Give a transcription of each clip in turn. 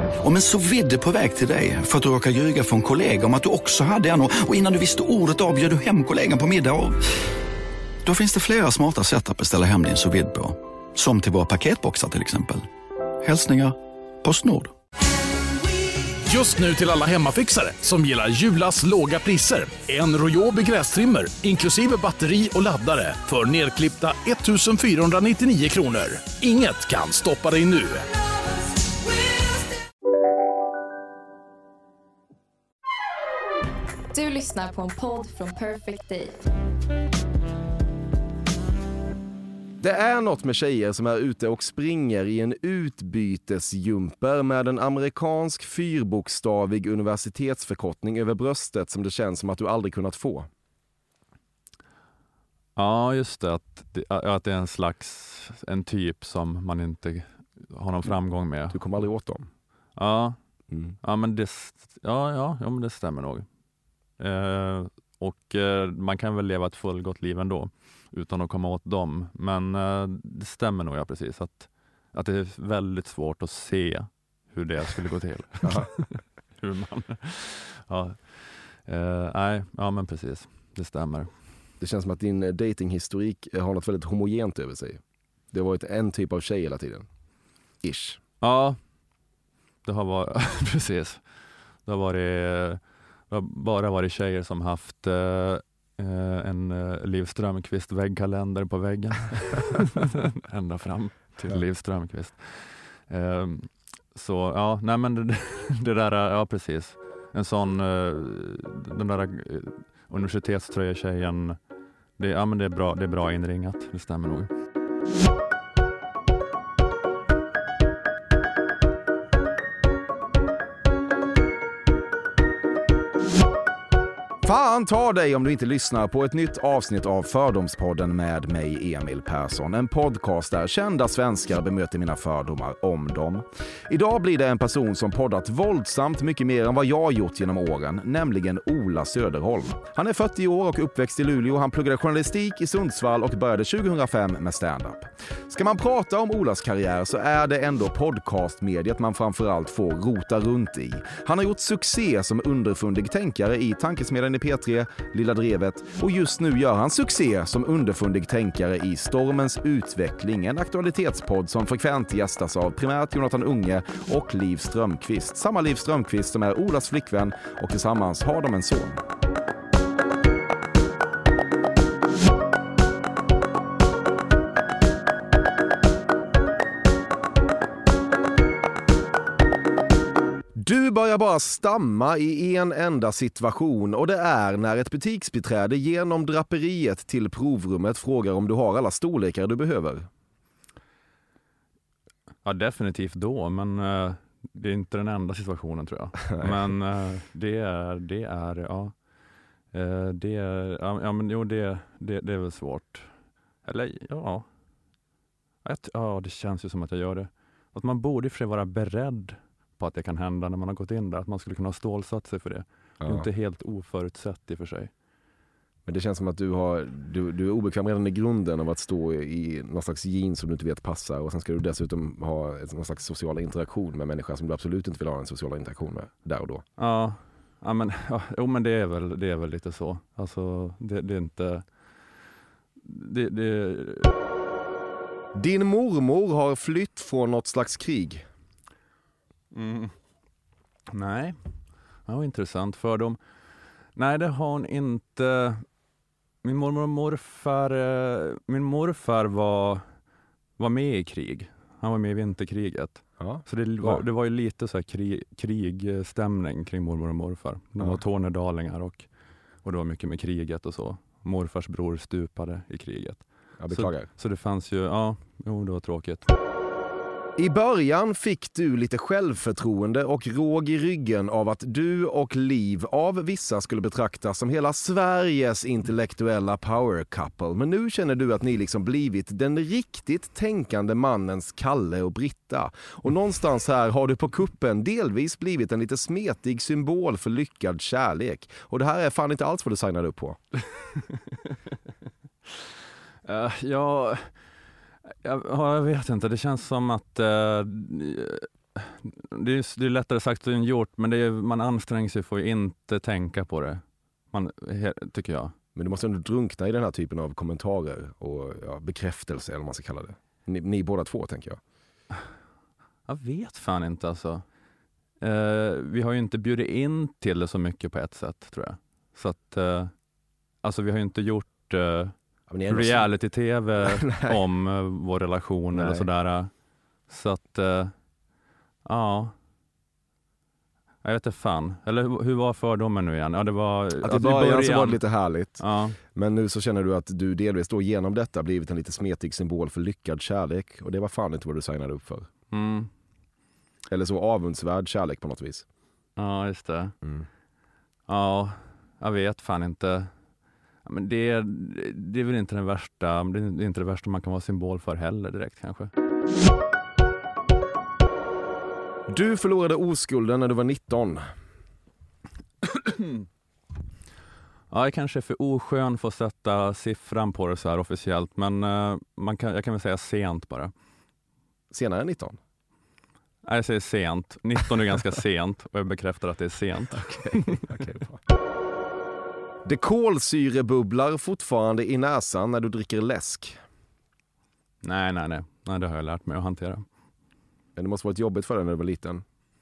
Om en sous vide är på väg till dig för att du råkar ljuga från kollega om att du också hade en och innan du visste ordet av bjöd du hem kollegan på middag och... Då finns det flera smarta sätt att beställa hem din sous vide på. Som till våra paketboxar till exempel. Hälsningar Postnord. Just nu till alla hemmafixare som gillar Julas låga priser. En Royobi grästrimmer inklusive batteri och laddare för nedklippta 1 499 kronor. Inget kan stoppa dig nu. Du lyssnar på en podd från Perfect Day. Det är något med tjejer som är ute och springer i en utbytesjumper med en amerikansk 4-bokstavig universitetsförkortning över bröstet som det känns som att du aldrig kunnat få. Ja, just det. Att det är en typ som man inte har någon framgång med. Du kommer aldrig åt dem. Ja, men det stämmer nog. Och man kan väl leva ett fullgott liv ändå utan att komma åt dem. Men det stämmer nog, ja, precis. Att det är väldigt svårt att se hur det skulle gå till. Hur man... Ja, men precis. Det stämmer. Det känns som att din datinghistorik har något väldigt homogent över sig. Det har varit en typ av tjej hela tiden. Ish. Ja, det har varit... precis. Det har bara varit tjejer som haft en Liv Strömquist väggkalender på väggen. Ända fram till Liv Strömquist. Så ja, nej men det där, ja precis. En sån, den där universitetströja-tjejen, det är bra inringat, det stämmer nog. Fan ta dig om du inte lyssnar på ett nytt avsnitt av Fördomspodden med mig, Emil Persson. En podcast där kända svenskar bemöter mina fördomar om dem. Idag blir det en person som poddat våldsamt mycket mer än vad jag gjort genom åren, nämligen Ola Söderholm. Han är 40 år och uppväxt i Luleå. Han pluggade journalistik i Sundsvall och började 2005 med stand-up. Ska man prata om Olas karriär så är det ändå podcastmediet man framförallt får rota runt i. Han har gjort succé som underfundig tänkare i Tankesmedjan i P3, Lilla Drevet, och just nu gör han succé som underfundig tänkare i Stormens utveckling, en aktualitetspodd som frekvent gästas av primärt Jonathan Unge och Liv Strömquist. Samma Liv Strömquist som är Olas flickvän, och tillsammans har de en son. Du börjar bara stamma i en enda situation, och det är när ett butiksbiträde genom draperiet till provrummet frågar om du har alla storlekar du behöver. Ja, definitivt då, men det är inte den enda situationen tror jag. Men det är väl svårt. Eller ja, det känns ju som att jag gör det. Att man borde för vara beredd på att det kan hända när man har gått in där. Att man skulle kunna stålsatt sig för det. Ja. Det är inte helt oförutsett i för sig. Men det känns som att du är obekväm redan i grunden av att stå i någon slags jeans som du inte vet passar. Och sen ska du dessutom ha någon slags social interaktion med människor som du absolut inte vill ha en social interaktion med där och då. Men det är väl lite så. Alltså, det är inte... Din mormor har flytt från något slags krig. Nej, det var intressant för dem. Nej, det har hon inte. Min mormor och morfar, min morfar var med i krig. Han var med i vinterkriget. Ja. Så det var ju lite så här krigstämning kring mormor och morfar. De var tornedalingar och det var mycket med kriget och så. Morfars bror stupade i kriget. Jag beklagar. Så det fanns ju, det var tråkigt. I början fick du lite självförtroende och råg i ryggen av att du och Liv av vissa skulle betraktas som hela Sveriges intellektuella power couple. Men nu känner du att ni liksom blivit den riktigt tänkande mannens Kalle och Britta. Och någonstans här har du på kuppen delvis blivit en lite smetig symbol för lyckad kärlek. Och det här är fan inte alls vad du signade upp på. Jag vet inte, det känns som att det är lättare sagt än gjort, men man anstränger sig för att inte tänka på det. Tycker jag. Men du måste ändå drunkna i den här typen av kommentarer och bekräftelse, eller vad man ska kalla det. Ni båda två, tänker jag. Jag vet fan inte alltså. Vi har ju inte bjudit in till det så mycket på ett sätt, tror jag. Så att, alltså vi har ju inte gjort reality-tv om vår relation eller sådär. Så att, ja. Jag vet inte fan. Eller hur var fördomen nu igen? Ja, det var... Att i början så var det lite härligt. Ja. Men nu så känner du att du delvis då genom detta blivit en lite smetig symbol för lyckad kärlek. Och det var fan inte vad du signade upp för. Mm. Eller så avundsvärd kärlek på något vis. Ja, just det. Ja, jag vet fan inte. Men det är väl inte den värsta. Det är inte det värsta man kan vara symbol för heller direkt kanske. Du förlorade oskulden när du var 19. Ja, jag kanske är för oskön för att sätta siffran på det så här officiellt. Men jag kan väl säga sent bara. Senare än 19? Nej, jag säger sent. 19 är ganska sent och jag bekräftar att det är sent. Okej, bra. Det kolsyrebubblar fortfarande i näsan när du dricker läsk. Nej, det har jag lärt mig att hantera. Men det måste varit jobbigt för dig när du var liten.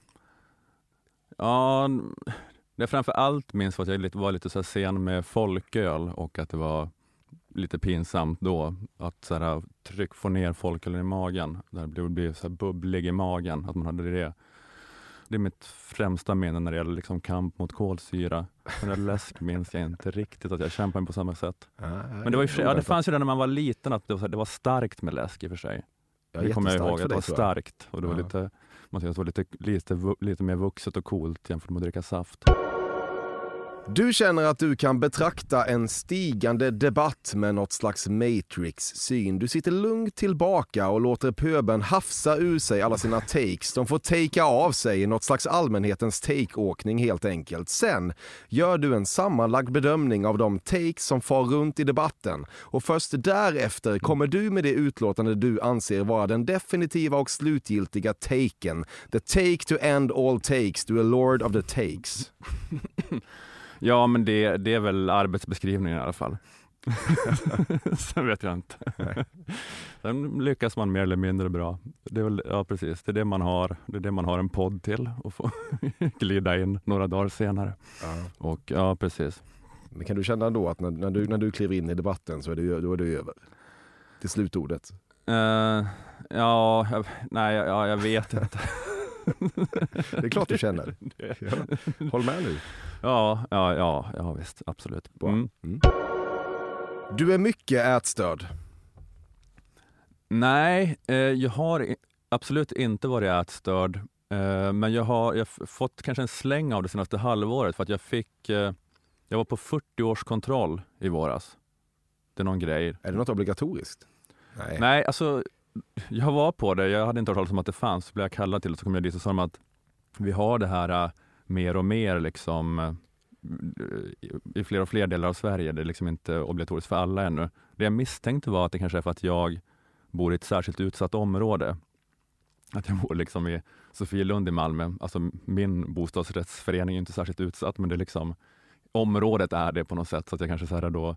Ja, det framför allt minns att jag var lite så här sen med folköl och att det var lite pinsamt då att så här, få ner folköl i magen. Där det blev så här bubblig i magen, att man hade det. Det är mitt främsta minne när det gäller liksom kamp mot kolsyra. Men det läsk minns jag inte riktigt att jag kämpade på samma sätt. Men det var det fanns ju det när man var liten att det var starkt med läsk i och för sig. Det kommer jag ihåg att det var starkt och det var lite, man säger, det var lite mer vuxet och coolt jämfört med att dricka saft. Du känner att du kan betrakta en stigande debatt med något slags Matrix-syn. Du sitter lugnt tillbaka och låter pöben hafsa ur sig alla sina takes. De får takea av sig i något slags allmänhetens take-åkning helt enkelt. Sen gör du en sammanlagd bedömning av de takes som far runt i debatten. Och först därefter kommer du med det utlåtande du anser vara den definitiva och slutgiltiga taken. The take to end all takes. Du är lord of the takes. Ja, men det är väl arbetsbeskrivningen i alla fall. Sen vet jag inte. Sen lyckas man mer eller mindre bra. Det är väl, ja precis, det är det man har. Det är det man har en podd till och få glida in några dagar senare. Ja. Och ja, precis. Men kan du känna då att när du kliver in i debatten så är det över? Till slutordet? Jag vet inte. Det är klart du känner. Ja. Håll med nu. Ja, visst, absolut. Du är mycket ätstörd. Nej, jag har absolut inte varit ätstörd. Men jag har fått kanske en släng av det senaste halvåret för att jag var på 40-årskontroll i våras. Det är någon grej. Är det något obligatoriskt? Nej, alltså jag var på det. Jag hade inte hört talas om att det fanns. Så blev jag kallad till och så kom jag dit och sa att vi har det här mer och mer liksom i fler och fler delar av Sverige. Det är liksom inte obligatoriskt för alla ännu. Det jag misstänkte var att det kanske är för att jag bor i ett särskilt utsatt område. Att jag bor liksom i Sofielund i Malmö. Alltså min bostadsrättsförening är inte särskilt utsatt, men det är liksom området är det på något sätt, så att jag kanske så här då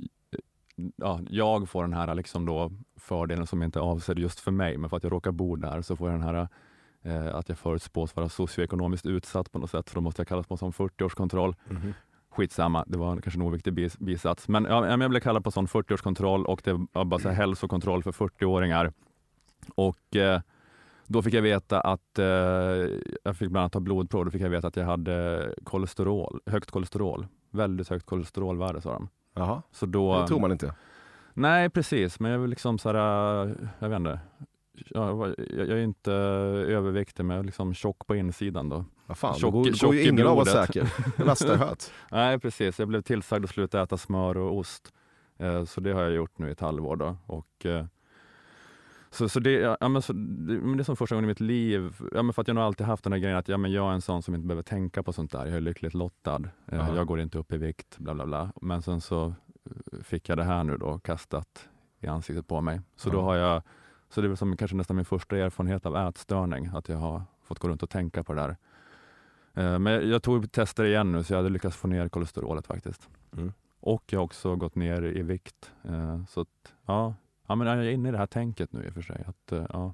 jag får den här liksom då fördelen som inte är avsedd just för mig, men för att jag råkar bo där så får jag den här att jag förutspås vara socioekonomiskt utsatt på något sätt, så då måste jag kallas på som 40-årskontroll. Skitsamma, det var kanske en oviktig bisats. Men jag blev kallad på sån 40-årskontroll och det var bara så här hälsokontroll för 40-åringar. Och då fick jag veta att jag fick bland annat ta blodprov. Då fick jag veta att jag hade högt kolesterol. Väldigt högt kolesterolvärde, sa de. Jaha, så då, det tror man inte. Nej, precis. Men jag vill liksom så här, jag vet inte. Jag är inte överviktig, men jag är liksom tjock på insidan då. Vad fan, går ju ingen av oss säker. Det värsta jag hört. Nej, precis. Jag blev tillsagd att sluta äta smör och ost. Så det har jag gjort nu i ett halvår då. Och så det, men det är som första gången i mitt liv, för att jag nog alltid haft den här grejen att jag är en sån som inte behöver tänka på sånt där. Jag är lyckligt lottad. Jag går inte upp i vikt, bla bla bla. Men sen så fick jag det här nu då kastat i ansiktet på mig. Så då har jag, så det är väl som kanske nästan min första erfarenhet av ätstörning, att jag har fått gå runt och tänka på det där. Men jag tog tester igen nu så jag hade lyckats få ner kolesterolet faktiskt. Och jag har också gått ner i vikt. Så att, ja, men jag är inne i det här tänket nu i och för sig. Att, ja,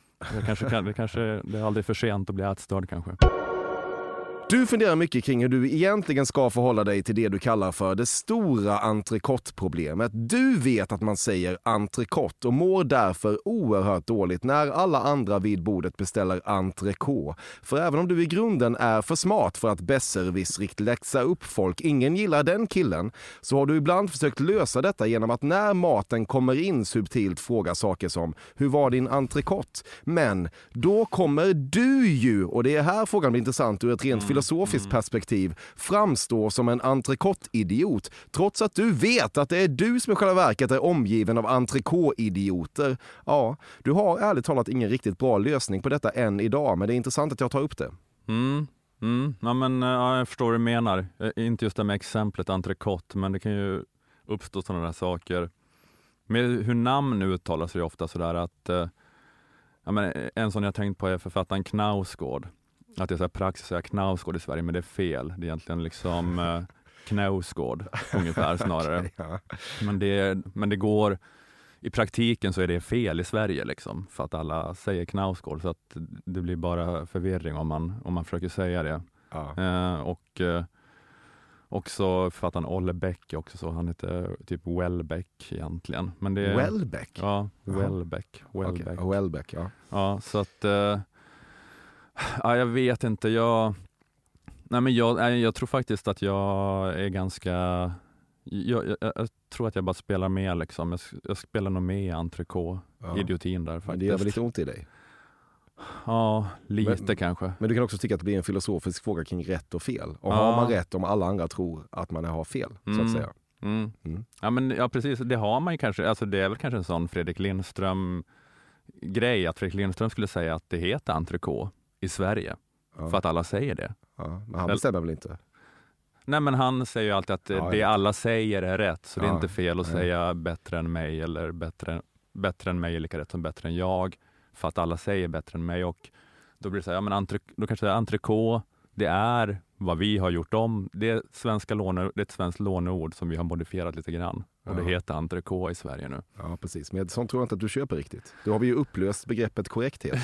det är aldrig för sent att bli ätstörd kanske. Du funderar mycket kring hur du egentligen ska förhålla dig till det du kallar för det stora entrecote-problemet. Du vet att man säger entrecote och mår därför oerhört dåligt när alla andra vid bordet beställer entrecote. För även om du i grunden är för smart för att besserwissrikt läxa upp folk, ingen gillar den killen, så har du ibland försökt lösa detta genom att när maten kommer in subtilt fråga saker som hur var din entrecote? Men då kommer du ju, och det är här frågan blir intressant ur ett rent filosofiskt perspektiv, framstår som en entrecote-idiot trots att du vet att det är du som i själva verket är omgiven av entrecote-idioter. Ja, du har ärligt talat ingen riktigt bra lösning på detta än idag, men det är intressant att jag tar upp det. Ja, men jag förstår vad du menar. Inte just det med exemplet entrecote, men det kan ju uppstå sådana där saker. Med hur namn uttalas är ofta sådär att en sån jag tänkt på är författaren Knausgård. Att det är så här praxis att säga Knausgård i Sverige, men det är fel. Det är egentligen liksom Knausgård ungefär snarare. Okay, ja. Men det går, i praktiken så är det fel i Sverige liksom, för att alla säger Knausgård, så att det blir bara förvirring om man försöker säga det. Ja. Och också författaren Olle Beck också så, han heter typ Welbeck egentligen. Men det är, Welbeck? Ja, Welbeck. Okay. Welbeck, ja. Ja, så att jag vet inte. Jag tror faktiskt att jag är ganska... Jag tror att jag bara spelar med liksom. Jag spelar nog med i entrecote-idiotin där faktiskt. Det gör väl lite ont i dig? Ja, lite kanske. Men du kan också tycka att det blir en filosofisk fråga kring rätt och fel. Och har man rätt om alla andra tror att man har fel, så att säga? Ja, precis. Det har man ju kanske. Alltså, det är väl kanske en sån Fredrik Lindström-grej att Fredrik Lindström skulle säga att det heter entrecote i Sverige. Ja. För att alla säger det. Ja, men han bestämmer väl inte? Nej, men han säger ju alltid att det alla säger är rätt. Så det är inte fel att säga bättre än mig eller bättre än mig är lika rätt som bättre än jag. För att alla säger bättre än mig. Och då blir det så här, ja, men då kanske det är entrecote, det är vad vi har gjort om. Det är ett svenskt låneord som vi har modifierat lite grann. Och det heter entrecote i Sverige nu. Ja, precis. Men sånt tror jag inte att du köper riktigt. Då har vi ju upplöst begreppet korrekthet.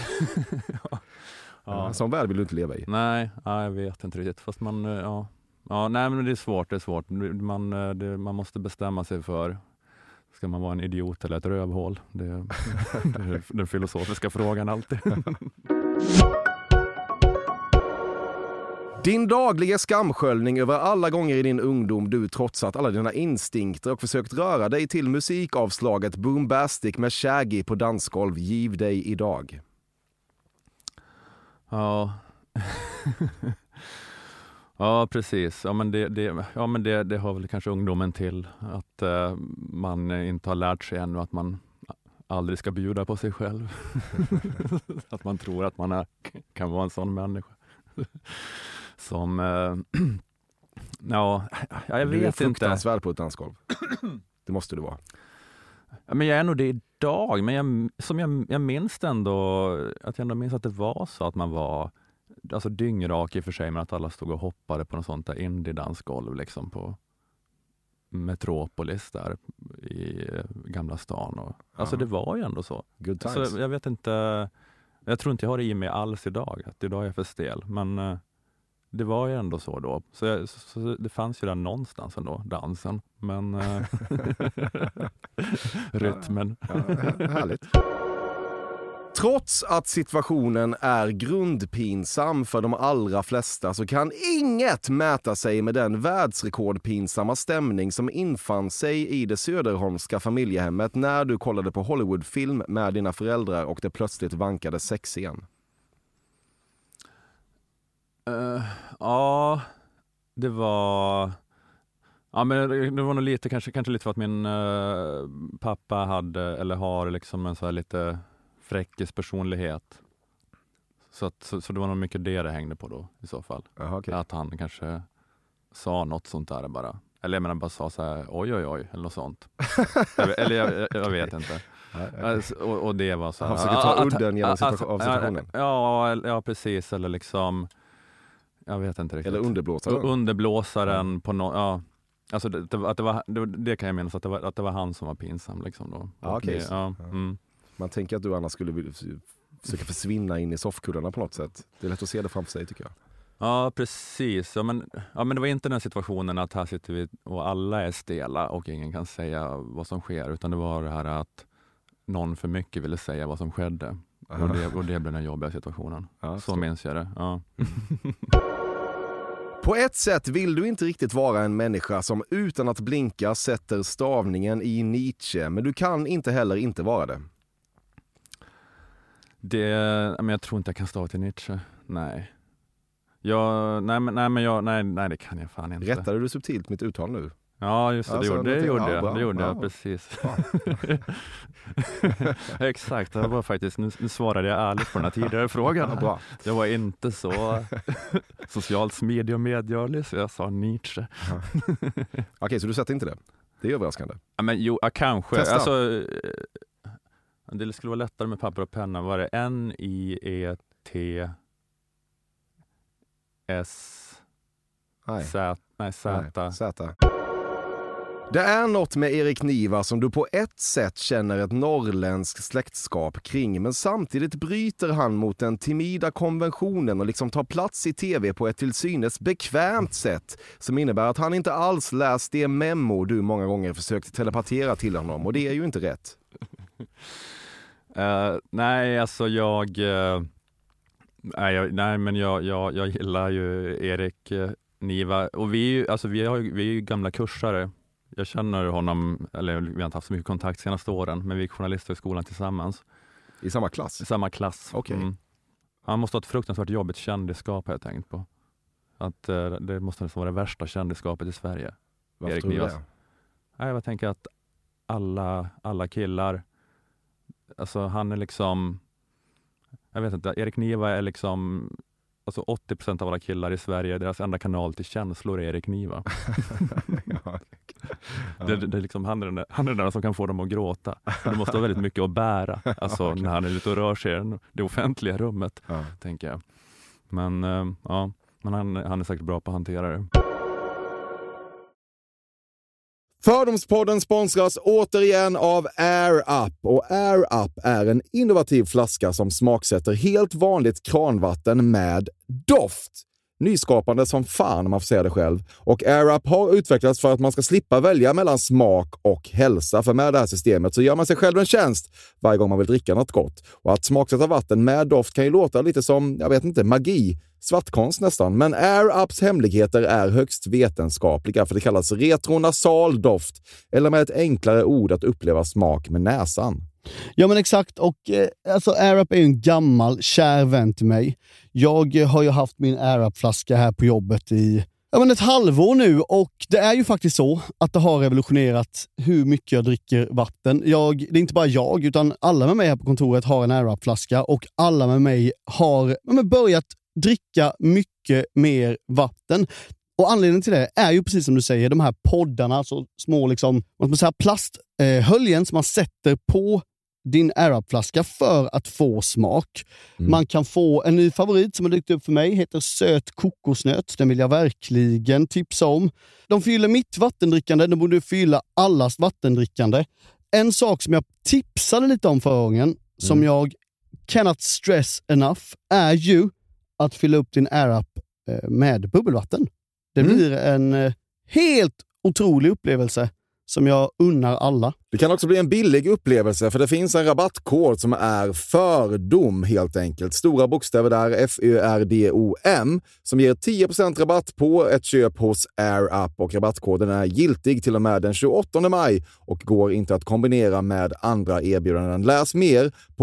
Sån värld vill du inte leva i. Nej, jag vet inte riktigt. Fast nej, men det är svårt. Man måste bestämma sig för, ska man vara en idiot eller ett rövhål? Det är den filosofiska frågan alltid. Din dagliga skamsköljning över alla gånger i din ungdom du trotsat alla dina instinkter och försökt röra dig till musikavslaget Boombastic med Shaggy på dansgolv, giv dig idag. Ja. Ja, precis. Ja, men det har väl kanske ungdomen till. Att man inte har lärt sig ännu att man aldrig ska bjuda på sig själv. Att man tror att man kan vara en sån människa. Som... jag vet inte. Du är fruktansvärd på ett dansgolv. Det måste du vara. Ja, men jag är nog det idag. Men jag minns ändå att jag minns att det var så att man var alltså dyngrak i och för sig, men att alla stod och hoppade på något sånt där indie-dansgolv liksom på Metropolis där i Gamla stan. Och, alltså det var ju ändå så. Good times. Så jag vet inte, jag tror inte jag har det i mig alls idag, att idag är jag för stel, men det var ju ändå så då. Så det fanns ju där någonstans ändå, dansen, men rytmen. Ja, härligt. Trots att situationen är grundpinsam för de allra flesta så kan inget mäta sig med den världsrekordpinsamma stämning som infann sig i det söderholmska familjehemmet när du kollade på Hollywoodfilm med dina föräldrar och det plötsligt vankade sex igen. Ja, det var... Ja, men det var nog lite, kanske lite för att min pappa hade, eller har liksom en så här lite fräckis personlighet. Så det var nog mycket det hängde på då i så fall. Aha, okay. Att han kanske sa något sånt där bara. Eller jag menar bara sa så här oj, eller något sånt. Jag vet inte. Och det var så här. Han försöker ta udden genom situationen. Ja, precis. Eller liksom, jag vet inte riktigt. Eller underblåsaren. Underblåsaren på något, ja. Alltså det kan jag minnas att det var han som var pinsam liksom då. Ja, okej. Mm. Man tänker att du annars skulle försöka försvinna in i soffkuddarna på något sätt. Det är lätt att se det framför sig, tycker jag. Ja, precis. Ja, men det var inte den situationen att här sitter vi och alla är stela och ingen kan säga vad som sker, utan det var det här att någon för mycket ville säga vad som skedde. Och det blev den jobbiga situationen. Ja, så minns jag det. Ja. På ett sätt vill du inte riktigt vara en människa som utan att blinka sätter stavningen i Nietzsche, men du kan inte heller inte vara det. Men jag tror inte jag kan stava till Nietzsche. Nej. Nej, det kan jag fan inte. Rättade du subtilt mitt uttal nu? Ja, just det. Alltså, det gjorde jag, precis. Exakt, det var faktiskt, nu svarade jag ärligt på den här tidigare frågan. Bra. Jag var inte så socialt smidig och medgörlig, så jag sa Nietzsche. Okej, så du sätter inte det? Det är överraskande. Ja, men jo, kanske. Testa. Alltså, det skulle vara lättare med papper och penna. Var det Z. Det är något med Erik Niva som du på ett sätt känner ett norrländskt släktskap kring, men samtidigt bryter han mot den timida konventionen och liksom tar plats i tv på ett till synes bekvämt sätt som innebär att han inte alls läst det memo du många gånger försökt telepatera till honom, och det är ju inte rätt. Nej, alltså jag gillar ju Erik Niva, och vi är ju gamla kursare. Jag känner honom, eller vi har inte haft så mycket kontakt senaste åren, men vi är journalister i skolan tillsammans. I samma klass? I samma klass. Okay. Han måste ha ett fruktansvärt jobbigt kändisskap, har jag tänkt på. Att det måste vara det värsta kändisskapet i Sverige. Varför Erik tror du Nivas. det? Jag tänker att alla killar, alltså han är liksom, jag vet inte, Erik Niva är liksom, alltså 80% av alla killar i Sverige, deras enda kanal till känslor är Erik Niva. Det är liksom, han är den som kan få dem att gråta. Det måste vara väldigt mycket att bära, alltså när han är ute och rör sig i det offentliga rummet, tänker jag. Men men han är säkert bra på att hantera det. Fördomspodden sponsras återigen av Air Up, och Air Up är en innovativ flaska som smaksätter helt vanligt kranvatten med doft. Nyskapande som fan om man får säga det själv. Och Air Up har utvecklats för att man ska slippa välja mellan smak och hälsa. För med det här systemet så gör man sig själv en tjänst varje gång man vill dricka något gott. Och att smaksätta vatten med doft kan ju låta lite som, jag vet inte, magi. Svartkonst nästan. Men Air Ups hemligheter är högst vetenskapliga, för det kallas retronasal doft. Eller med ett enklare ord att uppleva smak med näsan. Ja, men exakt, och alltså Air Up är ju en gammal kär vän till mig. Jag har ju haft min Air Up-flaska här på jobbet i ett halvår nu, och det är ju faktiskt så att det har revolutionerat hur mycket jag dricker vatten. Det är inte bara jag, utan alla med mig här på kontoret har en Air Up-flaska, och alla med mig har börjat dricka mycket mer vatten. Och anledningen till det är ju precis som du säger, de här poddarna, alltså små liksom, plasthöljen som man sätter på din Air Up-flaska för att få smak. Man kan få en ny favorit som har dykt upp för mig, heter söt kokosnöt. Den vill jag verkligen tipsa om. De fyller mitt vattendrickande, de borde fylla allas vattendrickande. En sak som jag tipsade lite om förra gången, som jag cannot stress enough, är ju att fylla upp din Air Up med bubbelvatten. Det blir en helt otrolig upplevelse som jag unnar alla. Det kan också bli en billig upplevelse, för det finns en rabattkod som är fördom helt enkelt. Stora bokstäver där, FÖRDOM, som ger 10% rabatt på ett köp hos Air Up, och rabattkoden är giltig till och med den 28 maj och går inte att kombinera med andra erbjudanden. Läs mer på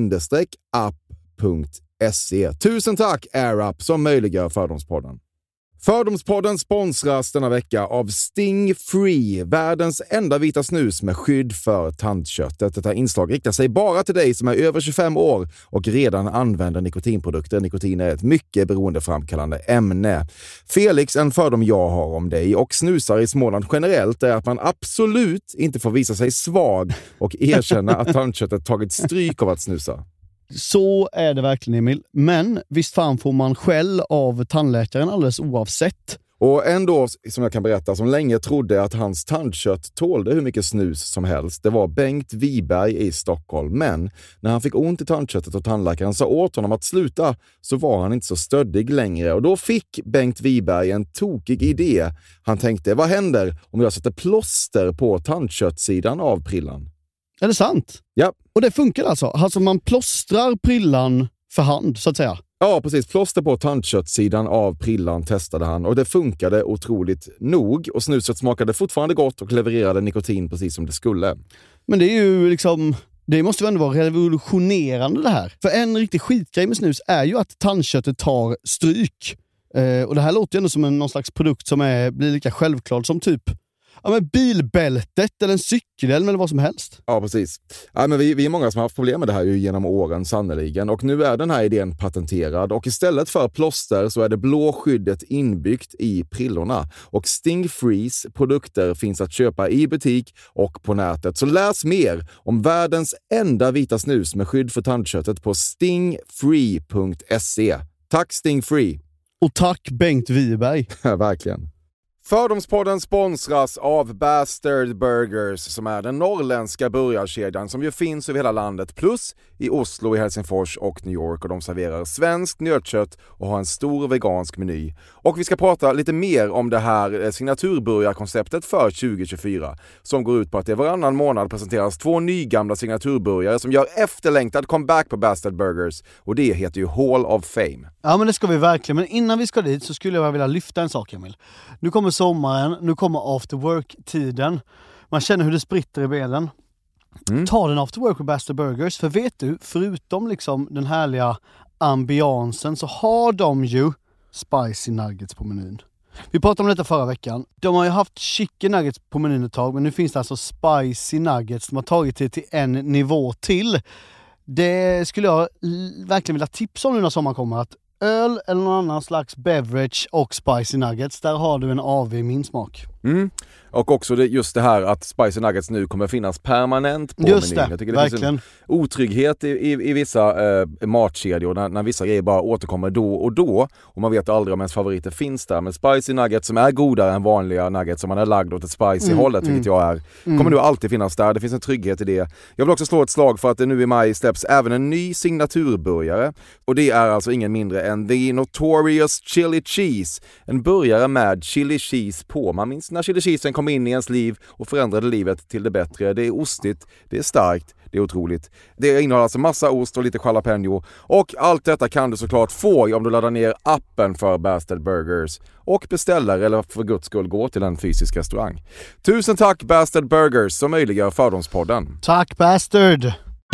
air-up.se. Tusen tack Air Up som möjliggör Fördomspodden. Fördomspodden sponsras denna vecka av Sting Free, världens enda vita snus med skydd för tandköttet. Detta inslag riktar sig bara till dig som är över 25 år och redan använder nikotinprodukter. Nikotin är ett mycket beroendeframkallande ämne. Felix, en fördom jag har om dig och snusar i Småland generellt är att man absolut inte får visa sig svag och erkänna att tandköttet tagit stryk av att snusa. Så är det verkligen, Emil. Men visst fan får man skäll av tandläkaren alldeles oavsett. Och ändå, som jag kan berätta, som länge trodde att hans tandkött tålde hur mycket snus som helst. Det var Bengt Wiberg i Stockholm. Men när han fick ont i tandköttet och tandläkaren sa åt honom att sluta så var han inte så stöddig längre. Och då fick Bengt Wiberg en tokig idé. Han tänkte, vad händer om jag sätter plåster på tandköttsidan av prillan? Är det sant? Ja. Och det funkar alltså? Alltså man plåstrar prillan för hand, så att säga? Ja, precis. Plåster på tandköttsidan av prillan testade han och det funkade otroligt nog. Och snuset smakade fortfarande gott och levererade nikotin precis som det skulle. Men det är ju liksom... Det måste ju ändå vara revolutionerande det här. För en riktig skitgrej med snus är ju att tandköttet tar stryk. Och det här låter ju ändå som någon slags produkt som blir lika självklart som typ bilbältet eller en cykelhjälm eller vad som helst. Ja, precis. Ja, men vi är många som har haft problem med det här ju genom åren sannoliken. Och nu är den här idén patenterad. Och istället för plåster så är det blå skyddet inbyggt i prillorna. Och Sting Frees produkter finns att köpa i butik och på nätet. Så läs mer om världens enda vita snus med skydd för tandköttet på stingfree.se. Tack Sting Free! Och tack Bengt Wiberg! Verkligen. Fördomspodden sponsras av Bastard Burgers som är den norrländska burgarkedjan som ju finns över hela landet plus i Oslo, i Helsingfors och New York och de serverar svenskt nötkött och har en stor vegansk meny. Och vi ska prata lite mer om det här signaturburgarkonceptet för 2024 som går ut på att det varannan månad presenteras 2 nygamla signaturburgare som gör efterlängtad comeback på Bastard Burgers och det heter ju Hall of Fame. Ja men det ska vi verkligen, men innan vi ska dit så skulle jag vilja lyfta en sak Emil. Nu kommer sommaren, nu kommer after work-tiden. Man känner hur det spritter i benen. Ta den after work på Bastard Burgers. För vet du, förutom liksom den härliga ambiansen så har de ju spicy nuggets på menyn. Vi pratade om detta förra veckan. De har ju haft chicken nuggets på menyn ett tag, men nu finns det alltså spicy nuggets. De har tagit det till en nivå till. Det skulle jag verkligen vilja tipsa om nu när sommaren kommer, att öl eller någon annan slags beverage och spicy nuggets, där har du en AV i min smak. Och också just det här att spicy nuggets nu kommer finnas permanent på just menyn. Det, jag tycker det verkligen. finns en otrygghet i vissa matkedjor när vissa grejer bara återkommer då och då och man vet aldrig om ens favoriter finns där. Men spicy nuggets som är godare än vanliga nuggets som man är lagd åt ett spicy hållet, vilket jag är, kommer nu alltid finnas där. Det finns en trygghet i det. Jag vill också slå ett slag för att det nu i maj släpps även en ny signaturburgare och det är alltså ingen mindre än The Notorious Chili Cheese. En burgare med chili cheese på. Man minns när chili cheesen kom in i ens liv och förändrade livet till det bättre. Det är ostigt, det är starkt, det är otroligt. Det innehåller alltså massa ost och lite jalapeno. Och allt detta kan du såklart få om du laddar ner appen för Bastard Burgers och beställer eller för guds skull gå till en fysisk restaurang. Tusen tack Bastard Burgers som möjliggör Fördomspodden. Tack Bastard!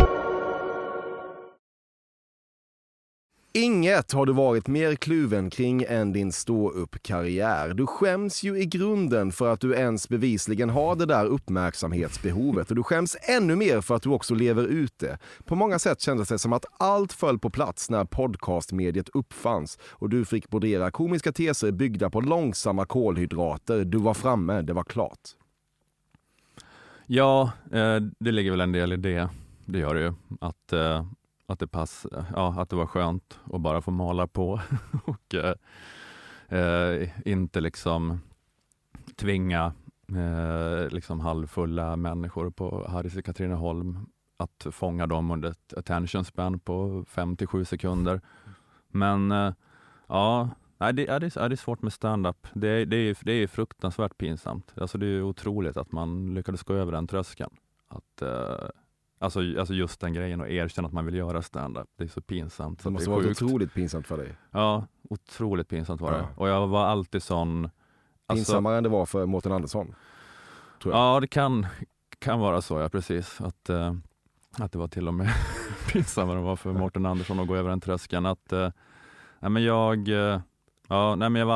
Inget har du varit mer kluven kring än din stå-upp-karriär. Du skäms ju i grunden för att du ens bevisligen har det där uppmärksamhetsbehovet. Och du skäms ännu mer för att du också lever ute. På många sätt kändes det som att allt föll på plats när podcastmediet uppfanns. Och du fick brodera komiska teser byggda på långsamma kolhydrater. Du var framme, det var klart. Ja, det ligger väl en del i det. Det gör det ju. Att det var skönt att bara få mala på och inte liksom tvinga liksom halvfulla människor på Harris i Katrineholm att fånga dem under ett attention span på 5-7 sekunder. Men det är svårt med stand-up. Det är fruktansvärt pinsamt. Alltså det är otroligt att man lyckades gå över den tröskeln. Alltså just den grejen och erkänna att man vill göra stand-up. Det är så pinsamt. Det måste vara otroligt pinsamt för dig. Ja, otroligt pinsamt var det. Ja. Och jag var alltid sån... Pinsammare än det var för Mårten Andersson, tror jag. Ja, det kan vara så, ja, precis. Att det var till och med pinsammare än det var för Mårten Andersson att gå över den tröskeln. Ja, nej, men jag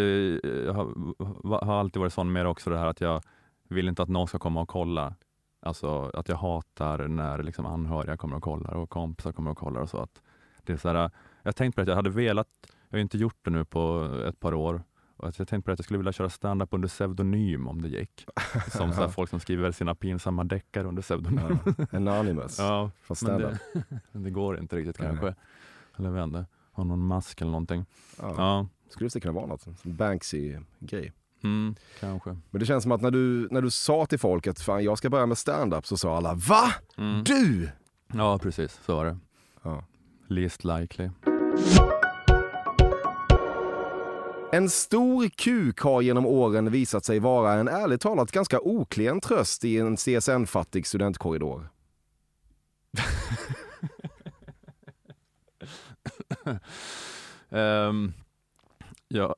har alltid varit sån med också, det här att jag vill inte att någon ska komma och kolla. Alltså att jag hatar när liksom anhöriga kommer och kollar och kompisar kommer och kollar och så. Att det är så här, jag tänkte på att jag hade velat, jag har inte gjort det nu på ett par år, och att jag tänkte på att jag skulle vilja köra stand-up under pseudonym om det gick. Som så här, folk som skriver sina pinsamma deckar under pseudonym. Anonymous. Ja, men det går inte riktigt kanske. Eller vända, ha någon mask eller någonting. Ja. Skulle det kunna vara något? Som Banksy-grej. Kanske. Men det känns som att när du sa till folk att fan, jag ska börja med stand-up, så sa alla, va? Du? Ja, precis. Så var det. Ja. Least likely. En stor kuk har genom åren visat sig vara en ärligt talat ganska oklen tröst i en CSN-fattig studentkorridor. Ja.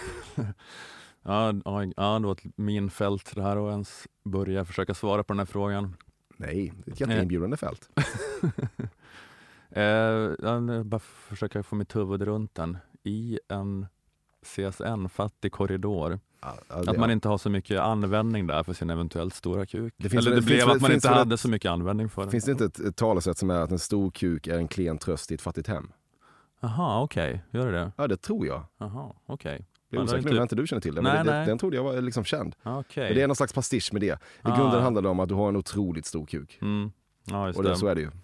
Ja, det var min fält det här och ens börja försöka svara på den här frågan. Nej, det är ett jätteinbjudande fält. Jag bara försöka få mitt huvud runt den. I en CSN-fattig korridor. Att man inte har så mycket användning där för sin eventuellt stora kuk. Det blev att man inte hade så mycket användning för den. Finns det inte ett talesätt som är att en stor kuk är en klen tröst i ett fattigt hem? Jaha, okej. Gör det? Ja, det tror jag. Jaha, okej. Det är osäkert nu när inte du känner till det, men den trodde jag var liksom känd. Okay. Men det är någon slags pastisch med det. I grunden handlar det om att du har en otroligt stor kuk. Ja, just och det. Så är det ju.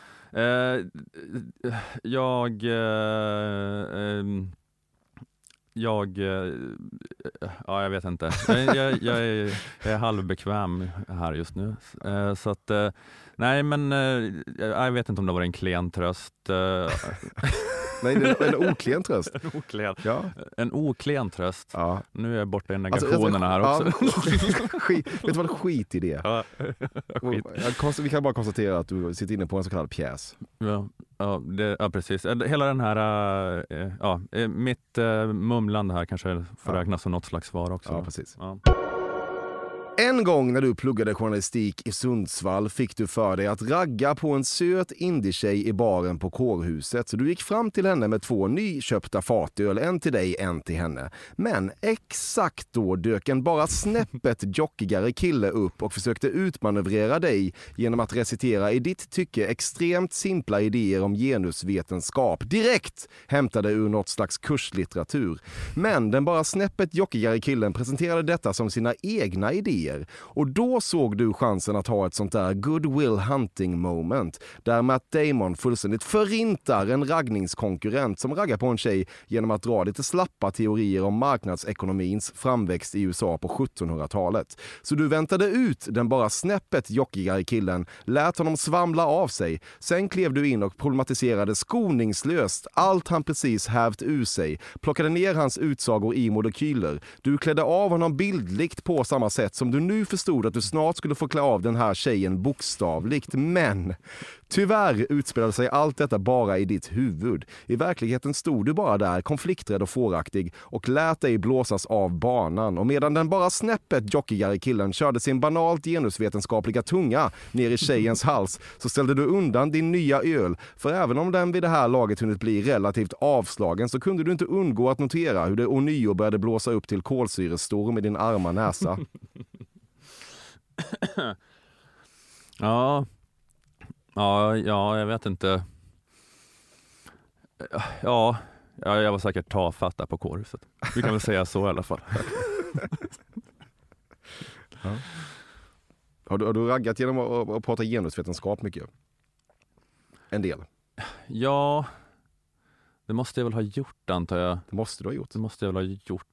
Jag vet inte. Jag är halvbekväm här just nu. Så att, nej, men jag vet inte om det var en klen tröst. Nej, det är en oklen tröst. En oklen tröst. Ja. Nu är jag borta i negationerna här också. Vet du vad, skit i det. Ja, skit. Vi kan bara konstatera att du sitter inne på en så kallad pjäs. Ja, precis. Hela den här, mitt mumlande här kanske får räknas som något slags svar också. Ja, precis. Ja. En gång när du pluggade journalistik i Sundsvall fick du för dig att ragga på en söt indie-tjej i baren på kårhuset, så du gick fram till henne med 2 nyköpta fatöl, en till dig, en till henne. Men exakt då dök en bara snäppet jockigare kille upp och försökte utmanövrera dig genom att recitera i ditt tycke extremt simpla idéer om genusvetenskap, direkt hämtade ur något slags kurslitteratur. Men den bara snäppet jockigare killen presenterade detta som sina egna idéer. Och då såg du chansen att ha ett sånt där goodwill hunting moment där Matt Damon fullständigt förintar en raggningskonkurrent som raggar på en tjej genom att dra lite slappa teorier om marknadsekonomins framväxt i USA på 1700-talet. Så du väntade ut den bara snäppet jockigare killen, lät honom svamla av sig. Sen klev du in och problematiserade skoningslöst allt han precis hävt ur sig, plockade ner hans utsagor i molekyler. Du klädde av honom bildligt på samma sätt som du nu förstod att du snart skulle få klä av den här tjejen bokstavligt, men tyvärr utspelade sig allt detta bara i ditt huvud. I verkligheten stod du bara där, konflikträdd och fåraktig, och lät dig blåsas av banan. Och medan den bara snäppet jockigare killen körde sin banalt genusvetenskapliga tunga ner i tjejens hals, så ställde du undan din nya öl. För även om den vid det här laget hunnit bli relativt avslagen, så kunde du inte undgå att notera hur det ånyo började blåsa upp till kolsyrestorm i din arma näsa. Ja, jag vet inte. Ja, jag var säkert tafatt där på kårhuset. Vi kan väl säga så i alla fall. Ja. Har du raggat genom att prata genusvetenskap mycket? En del. Ja, det måste jag väl ha gjort, antar jag. Det måste du ha gjort. Det måste jag väl ha gjort.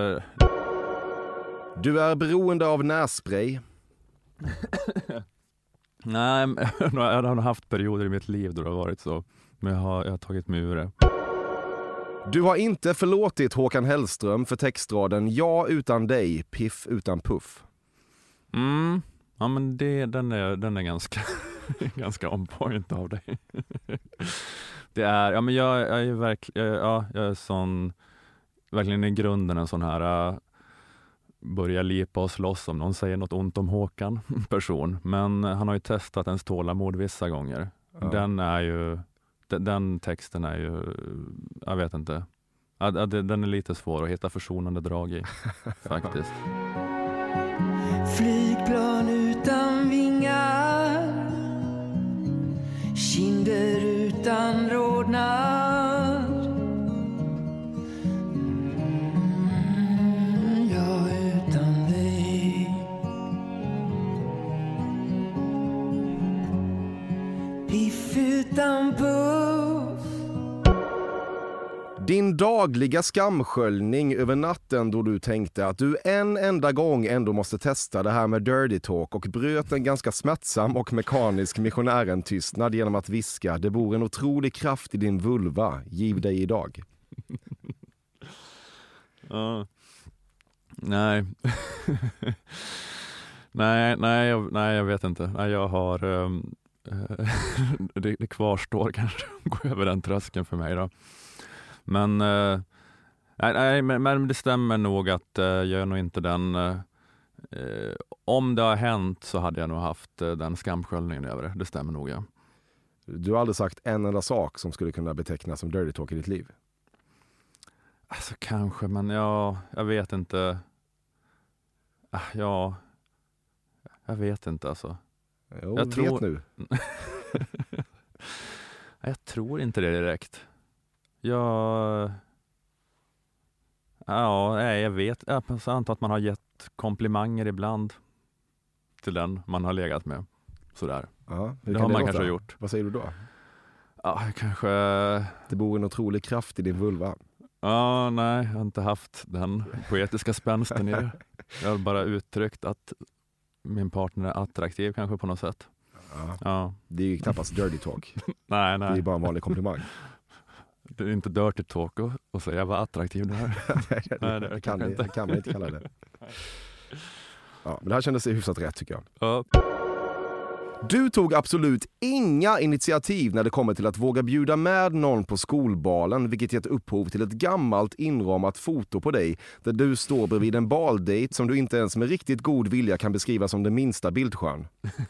Du är beroende av nässpray. Nej, jag har haft perioder i mitt liv då det har varit så. Men jag har tagit mig ur det. Du har inte förlåtit Håkan Hellström för textraden "Ja utan dig, piff utan puff". Ja, men den är ganska ganska on point av dig. Det är, ja, men jag är verkligen, jag är sån, verkligen i grunden en sån här börja lipa och slåss om någon säger något ont om Håkan person. Men han har ju testat ens tålamod vissa gånger. Ja. Den texten är ju, jag vet inte. Ja, den är lite svår att hitta försonande drag i, faktiskt. Flygplan utan vingar, kinder utan rodnad. Jag utan dig. Piff utan puff. Din dagliga skamsköljning över natten då du tänkte att du en enda gång ändå måste testa det här med dirty talk och bröt en ganska smärtsam och mekanisk missionären-tystnad genom att viska: det bor en otrolig kraft i din vulva, giv dig idag. Nej. nej, jag vet inte. Nej, jag har det kvarstår kanske att gå över den tröskeln för mig då. Men men det stämmer nog att jag är nog inte den. Om det har hänt så hade jag nog haft den skamsköljningen över det. Det stämmer nog, ja. Du har aldrig sagt en enda sak som skulle kunna betecknas som dirty talk i ditt liv? Alltså kanske, men jag vet inte. Jag vet inte alltså. Jag tror nu. Jag tror inte det direkt. Jag vet. Jag antar att man har gett komplimanger ibland till den man har legat med. Sådär. Ja, det har man kanske gjort. Vad säger du då? Ja, kanske... Det bor en otrolig kraft i din vulva. Ja, nej, jag har inte haft den poetiska spänsten i det. Jag har bara uttryckt att min partner är attraktiv kanske på något sätt. Ja. Det är ju knappast dirty talk. Nej. Det är bara en vanlig komplimang. Det är inte dirty talk och säga vad attraktiv du är. Nej, det kan man inte kalla det. Ja, men det här kändes hyfsat rätt tycker jag. Ja. Du tog absolut inga initiativ när det kommer till att våga bjuda med någon på skolbalen, vilket gett upphov till ett gammalt inramat foto på dig där du står bredvid en baldate som du inte ens med riktigt god vilja kan beskriva som den minsta bildskön.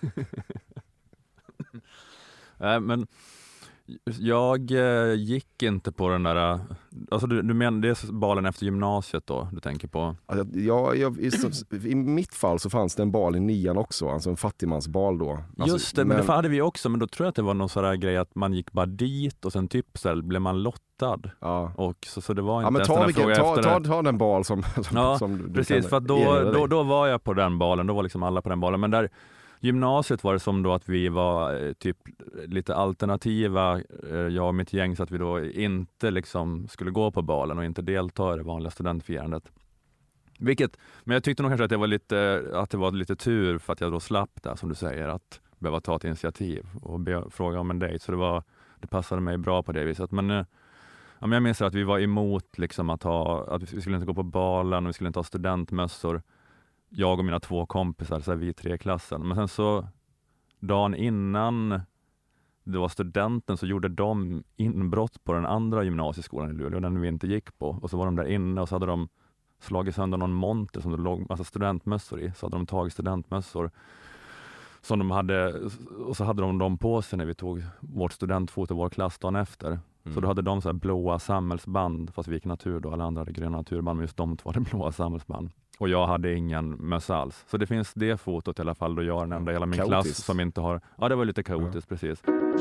Nej, men jag gick inte på den där... Alltså du menar det är balen efter gymnasiet då du tänker på? Alltså, i mitt fall så fanns det en bal i 9:an också, alltså en fattigmansbal då. Alltså, just det, men det hade vi också, men då tror jag att det var någon sån här grej att man gick bara dit och sen typ så blev man lottad. Ja. Och så det var inte ta den bal som du precis, för att då var jag på den balen, då var liksom alla på den balen, men där gymnasiet var det som då att vi var typ lite alternativa, jag och mitt gäng, så att vi då inte liksom skulle gå på balen och inte delta i det vanliga studentfirandet. Men jag tyckte nog kanske att det var lite tur för att jag då slapp där, som du säger, att behöva ta ett initiativ och fråga om en dejt. Så det passade mig bra på det viset. Men jag minns att vi var emot liksom att vi skulle inte gå på balen och vi skulle inte ha studentmössor. Jag och mina 2 kompisar, så här, vi 3 i klassen. Men sen så dagen innan det var studenten så gjorde de inbrott på den andra gymnasieskolan i Luleå, den vi inte gick på. Och så var de där inne och så hade de slagit sönder någon monter som det låg massa studentmössor i. Så hade de tagit studentmössor som de hade, och så hade de dem på sig när vi tog vårt studentfoto vår klass dagen efter. Så då hade de så här blåa samhällsband, fast vi gick natur då, alla andra hade gröna naturband, men just de 2 hade blåa samhällsband. Och jag hade ingen mössa alls. Så det finns det fotot i alla fall, då jag är den enda i hela min klass som inte har... Ja, det var lite kaotiskt, precis.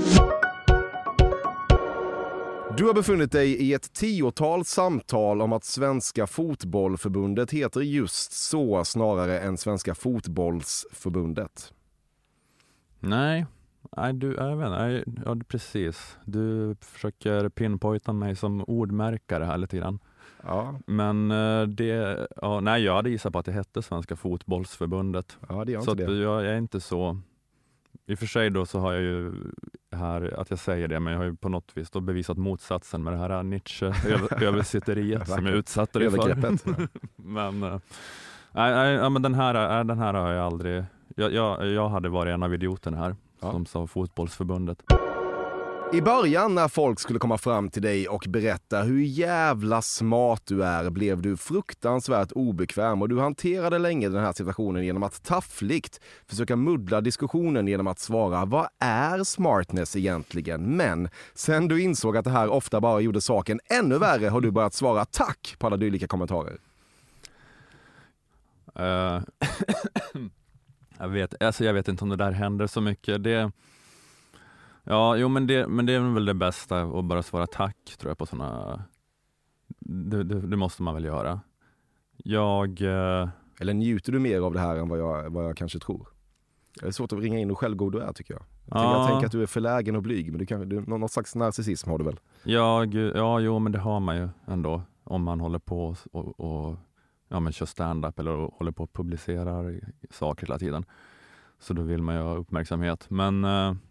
Du har befunnit dig i ett 10-tal samtal om att Svenska fotbollförbundet heter just så snarare än Svenska fotbollsförbundet. Nej, jag vet inte. Ja, precis. Du försöker pinpointa mig som ordmärkare här lite grann. Ja. Men jag hade gissat på att det hette Svenska fotbollsförbundet. Ja, det gör så inte det. Jag är inte så... I och för sig då så har jag ju här att jag säger det, men jag har ju på något vis då bevisat motsatsen med det här Nietzsche-översitteriet som jag utsatte dig för. Men den här har jag aldrig... Jag hade varit en av idioterna här som sa fotbollsförbundet. I början när folk skulle komma fram till dig och berätta hur jävla smart du är blev du fruktansvärt obekväm och du hanterade länge den här situationen genom att taffligt försöka muddla diskussionen genom att svara vad är smartness egentligen? Men sen du insåg att det här ofta bara gjorde saken ännu värre har du börjat svara tack på alla dylika kommentarer. Jag vet inte om det där händer så mycket. Men det är väl det bästa att bara svara tack tror jag på sådana. Det måste man väl göra. Eller njuter du mer av det här än vad jag kanske tror? Det är svårt att ringa in hur självgod du är tycker jag. Jag tänker att du är förlägen och blyg, men någon slags narcissism har du väl? Men det har man ju ändå. Om man håller på och kör stand-up eller håller på och publicerar saker hela tiden. Så då vill man ju ha uppmärksamhet. Men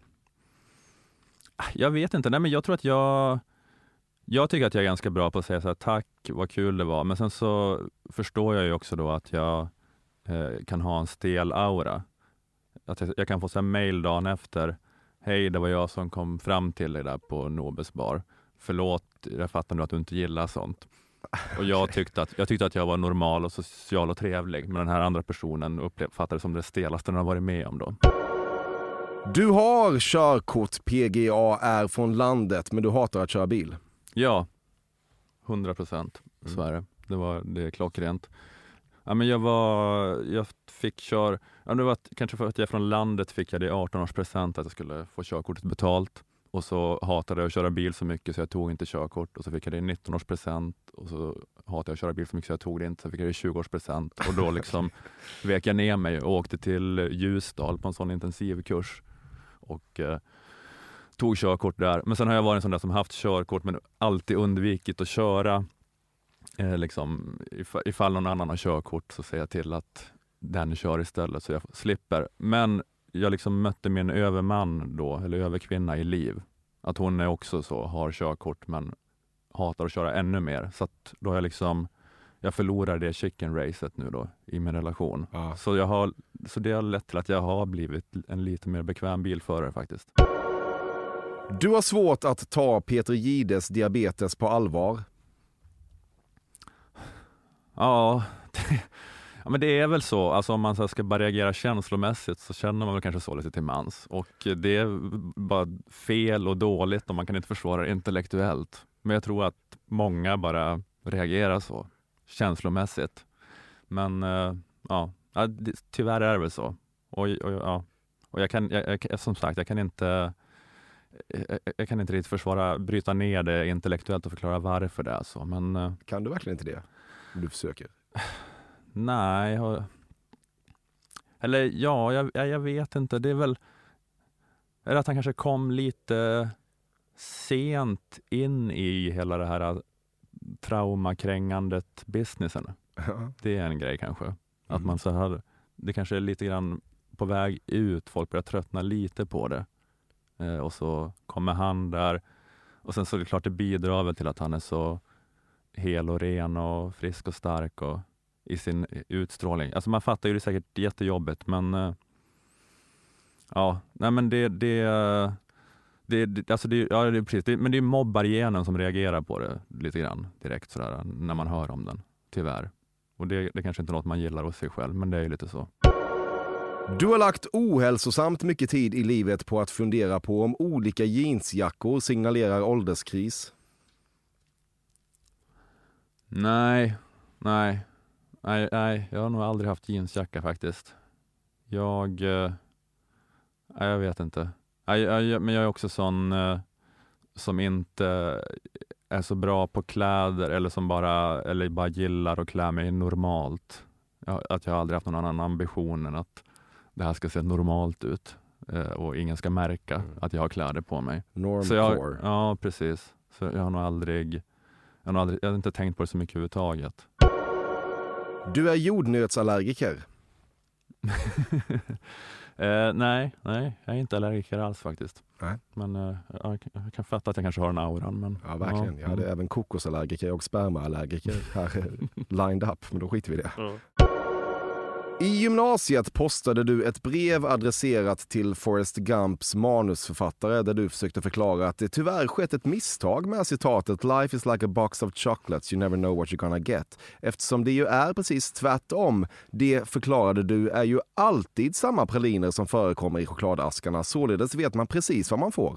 jag vet inte. Nej, men jag tror att jag tycker att jag är ganska bra på att säga så här, tack, vad kul det var. Men sen så förstår jag ju också då att jag kan ha en stel aura. Att jag kan få så här mail dagen efter. Hej, det var jag som kom fram till dig där på Nobes bar. Förlåt, jag fattar nu att du inte gillar sånt. Och jag tyckte att jag var normal och social och trevlig. Men den här andra personen uppfattade det som det stelaste den har varit med om då. Du har körkort, PGA, är från landet, men du hatar att köra bil. Ja, 100%. Så är det. Det är klockrent. Ja, men jag fick köra. Ja, det var kanske för att jag är från landet fick jag det 18-årspresent att jag skulle få körkortet betalt. Och så hatade jag att köra bil så mycket så jag tog inte körkort. Och så fick jag det 19-årspresent. Och så hatade jag att köra bil så mycket så jag tog det inte. Så fick jag det 20-årspresent. Och då liksom vek jag ner mig och åkte till Ljusdal på en sån intensivkurs. Och tog körkort där. Men sen har jag varit en sån där som haft körkort men alltid undvikit att köra. Liksom, ifall någon annan har körkort så säger jag till att den kör istället så jag slipper. Men jag liksom mötte min överman då, eller överkvinna i liv. Att hon är också så, har körkort men hatar att köra ännu mer. Så att då har jag förlorar det chicken racet nu då i min relation. Ja. Så det har lett till att jag har blivit en lite mer bekväm bilförare faktiskt. Du har svårt att ta Peter Gides diabetes på allvar. Ja, men det är väl så. Alltså om man ska bara reagera känslomässigt så känner man väl kanske så lite till mans. Och det är bara fel och dåligt och man kan inte försvara det intellektuellt. Men jag tror att många bara reagerar så känslomässigt. Men tyvärr är det väl så. Och jag kan som sagt, jag kan inte riktigt bryta ner det intellektuellt och förklara varför det är så. Men, kan du verkligen inte det? Om du försöker? Nej. Jag vet inte. Det är väl att han kanske kom lite sent in i hela det här traumakrängandet businessen. Det är en grej kanske. Att man så här, det kanske är lite grann på väg ut. Folk börjar tröttna lite på det. Och så kommer han där. Och sen så är det klart det bidrar väl till att han är så hel och ren och frisk och stark och i sin utstrålning. Alltså man fattar ju det är säkert jättejobbigt men men det är precis. Men det är mobbargenen som reagerar på det lite grann direkt sådär när man hör om den, tyvärr. Och det kanske inte är något man gillar hos sig själv, men det är ju lite så. Du har lagt ohälsosamt mycket tid i livet på att fundera på om olika jeansjackor signalerar ålderskris. Nej, jag har nog aldrig haft jeansjacka faktiskt. Jag vet inte. Men jag är också sån som inte är så bra på kläder eller bara gillar att klä mig normalt. Att jag aldrig haft någon annan ambition än att det här ska se normalt ut och ingen ska märka att jag har kläder på mig. Normcore. Ja, precis. Så jag har inte tänkt på det så mycket överhuvudtaget. Du är jordnötsallergiker. Nej, jag är inte allergiker alls faktiskt. Nej. Men jag kan fatta att jag kanske har en auran. Men, ja, verkligen. Jag hade även kokosallergiker och spermaallergiker här lined up, men då skiter vi i det. Ja. I gymnasiet postade du ett brev adresserat till Forrest Gumps manusförfattare där du försökte förklara att det tyvärr skett ett misstag med citatet "Life is like a box of chocolates, you never know what you're gonna get". Eftersom det ju är precis tvärtom. Det, förklarade du, är ju alltid samma praliner som förekommer i chokladaskarna. Således vet man precis vad man får.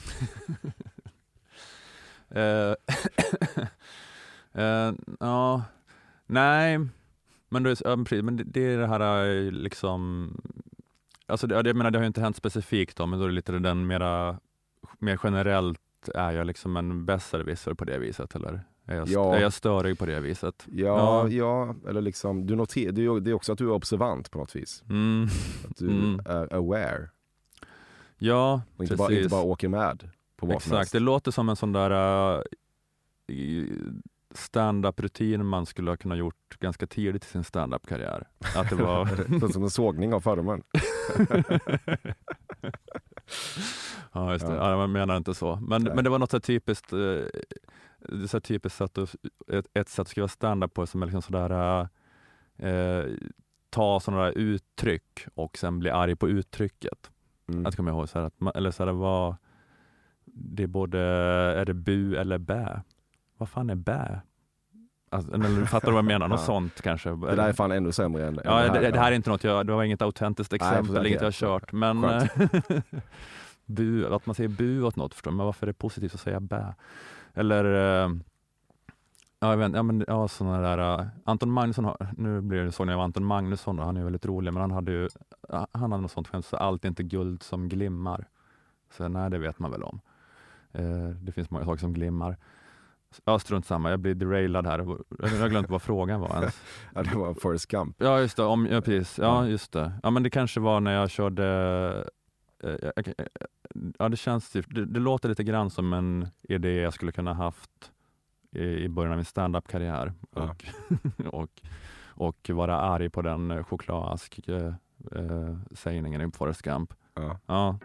Ja, nej. Men det är det här liksom, alltså jag menar det har ju inte hänt specifikt då, men då är det lite den mer generellt, är jag liksom en besserwisser på det viset, eller är jag störig på det viset? Ja, eller liksom du noterar, det är också att du är observant på något vis. Att du är aware. Ja, och inte bara åker med på vad som helst. Exakt, det låter som en sån där stand-up-rutin man skulle ha kunnat gjort ganska tidigt i sin stand-up-karriär. Att det var som en sågning av fördomen. Ja, just det. Ja, man menar inte så. Men det var något så typiskt, så typiskt ett sätt att skriva stand-up på som är liksom sådär ta sådana där uttryck och sen bli arg på uttrycket. Att komma ihåg så här att eller så här, vad det är både, är det bu eller bä? Vad fan är bä? Alltså, eller fattar du vad jag menar? Något sånt kanske. Det där är fan ännu sämre än det här är inte något det var inget autentiskt exempel, inget jag har kört. Men bu, att man säger bu åt något, förstår du? Men varför är det positivt att säga bä? Eller sådana där Anton Magnusson nu blir det så när jag var Anton Magnusson, han är väldigt rolig, men han hade något sånt skämt, så allt är inte guld som glimmar. Så nej, det vet man väl om. Det finns många saker som glimmar. Ja, strunt samma. Jag blir derailad här. Jag har glömt vad frågan var ens. Ja, det var Forrest Gump. Ja, just det. Precis. Ja, just det. Ja, men det kanske var när jag körde... Ja, det känns... Det låter lite grann som en idé jag skulle kunna haft i början av min stand-up-karriär. Och vara arg på den chokladask sägningen i Forrest Gump. Ja.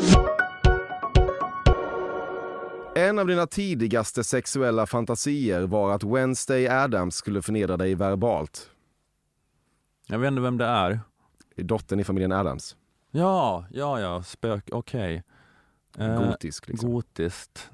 En av dina tidigaste sexuella fantasier var att Wednesday Addams skulle förnedra dig verbalt. Jag vet inte vem det är. Dottern i familjen Addams. Ja, okej. Gotisk liksom. Gotiskt.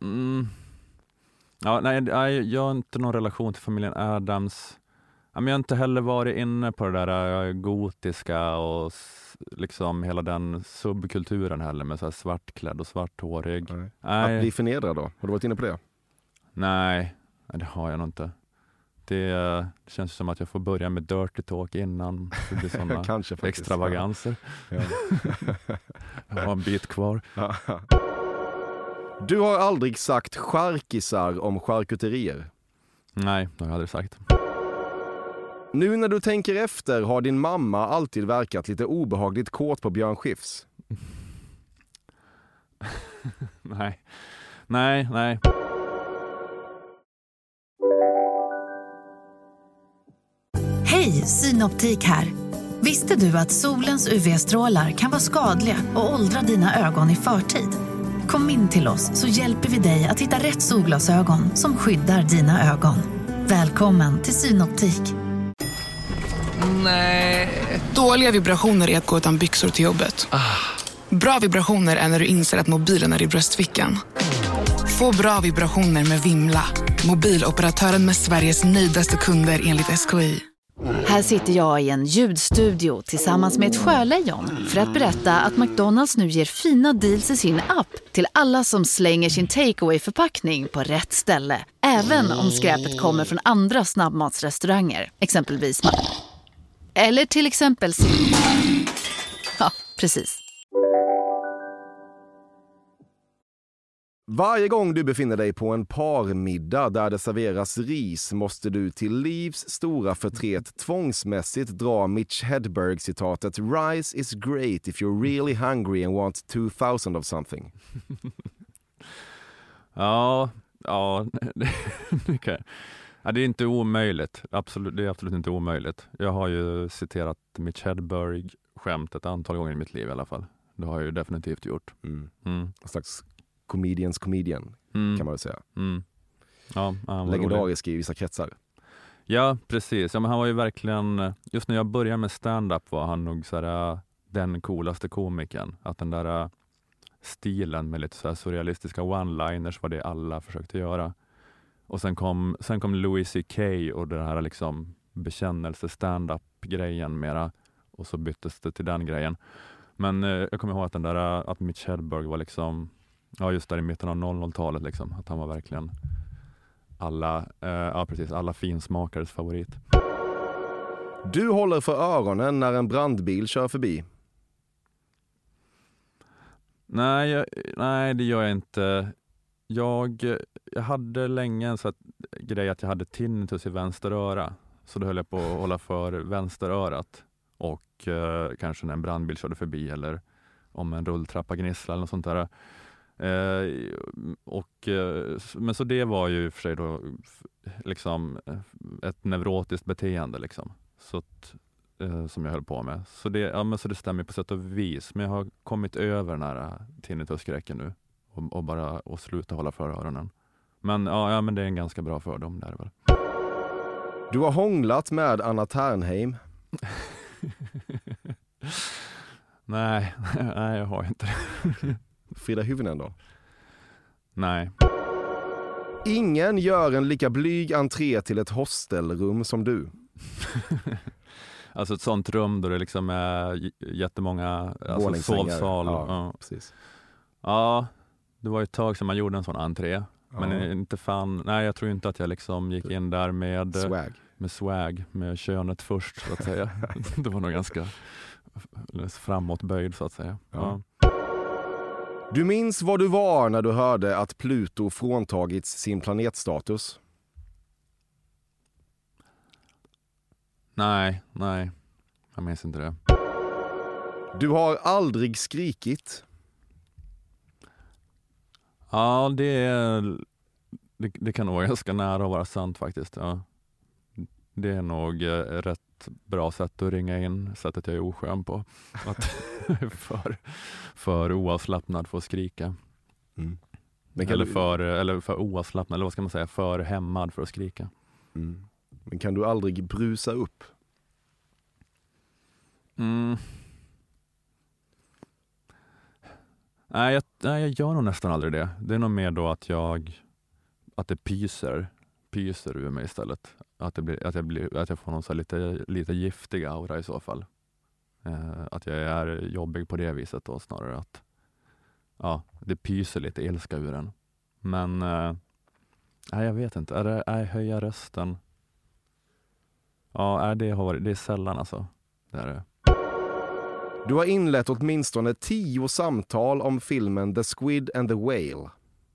Ja, nej, jag har inte någon relation till familjen Addams. Men jag har inte heller varit inne på det där gotiska och liksom hela den subkulturen heller, med så här svartklädd och svarthårig. Nej. Att bli förnedrad då? Har du varit inne på det? Nej, det har jag nog inte. Det känns som att jag får börja med dirty talk innan det blir sådana extravaganser. Ja. Jag har en bit kvar. Du har aldrig sagt charkisar om charkuterier? Nej, det har jag aldrig sagt. Nu när du tänker efter, har din mamma alltid verkat lite obehagligt kåt på Björn Skifs? Nej. Hej, Synoptik här. Visste du att solens UV-strålar kan vara skadliga och åldra dina ögon i förtid? Kom in till oss så hjälper vi dig att hitta rätt solglasögon som skyddar dina ögon. Välkommen till Synoptik. Nej. Dåliga vibrationer är att gå utan byxor till jobbet. Bra vibrationer är när du inser att mobilen är i bröstfickan. Få bra vibrationer med Vimla. Mobiloperatören med Sveriges nöjdaste kunder enligt SKI. Här sitter jag i en ljudstudio tillsammans med ett sjölejon för att berätta att McDonalds nu ger fina deals i sin app till alla som slänger sin takeaway-förpackning på rätt ställe. Även om skräpet kommer från andra snabbmatsrestauranger, exempelvis eller till exempel... Ja, precis. Varje gång du befinner dig på en parmiddag där det serveras ris måste du till livs stora förtret tvångsmässigt dra Mitch Hedberg-citatet "Rice is great if you're really hungry and want 2000 of something". Ja, det är inte omöjligt. Det är absolut inte omöjligt. Jag har ju citerat Mitch Hedberg-skämt ett antal gånger i mitt liv i alla fall. Det har jag ju definitivt gjort. En slags comedian kan man väl säga. Ja, legendarisk i vissa kretsar. Ja, precis. Ja, men han var ju verkligen, just när jag började med stand-up var han nog så här, den coolaste komikern. Att den där stilen med lite så här surrealistiska one-liners var det alla försökte göra. Och sen kom Louis CK och den här liksom bekännelse stand-up-grejen mera. Och så byttes det till den grejen. Men jag kommer ihåg att att Mitch Hedberg var liksom, ja just där i mitten av 00-talet liksom, att han var verkligen alla finsmakares favorit. Du håller för öronen när en brandbil kör förbi. Nej, det gör jag inte. Jag hade länge en sån grej att jag hade tinnitus i vänster öra. Så då höll jag på att hålla för vänsterörat. Och kanske när en brandbil körde förbi eller om en rulltrappa gnisslar eller något sånt där. Men så det var ju för sig då liksom ett neurotiskt beteende liksom. Så att, som jag höll på med. Så det stämmer på sätt och vis. Men jag har kommit över den här tinnitusskräcken nu. Och bara sluta hålla för öronen. Men men det är en ganska bra fördom där väl. Du har hånglat med Anna Ternheim. Nej, jag har inte det. Frida Hyvönen då? Nej. Ingen gör en lika blyg entré till ett hostelrum som du. Alltså ett sånt rum då det liksom är jättemånga sovsal. Ja, precis. Ja, det var ett tag sedan man gjorde en sån entré. Men inte nej, jag tror inte att jag liksom gick in där med swag, med könet först så att säga. Det var nog ganska framåtböjd så att säga. Ja. Du minns vad du var när du hörde att Pluto fråntagits sin planetstatus? Nej, jag minns inte det. Du har aldrig skrikit? Ja, det kan nog vara ganska nära att vara sant faktiskt. Ja. Det är nog rätt bra sätt att ringa in sättet jag är oskön på. Att för oavslappnad för att skrika. Mm. Eller för oavslappnad, eller vad ska man säga, för hämmad för att skrika. Mm. Men kan du aldrig brusa upp? Nej, jag gör nog nästan aldrig det. Det är nog mer då att det pyser ur mig istället. Att jag får någon så lite giftig aura i så fall. Att jag är jobbig på det viset då snarare att det pyser lite ilska ur en. Men nej, jag vet inte. Höja rösten. Ja, det är sällan alltså. Det är det. Du har inlett åtminstone 10 samtal om filmen The Squid and the Whale.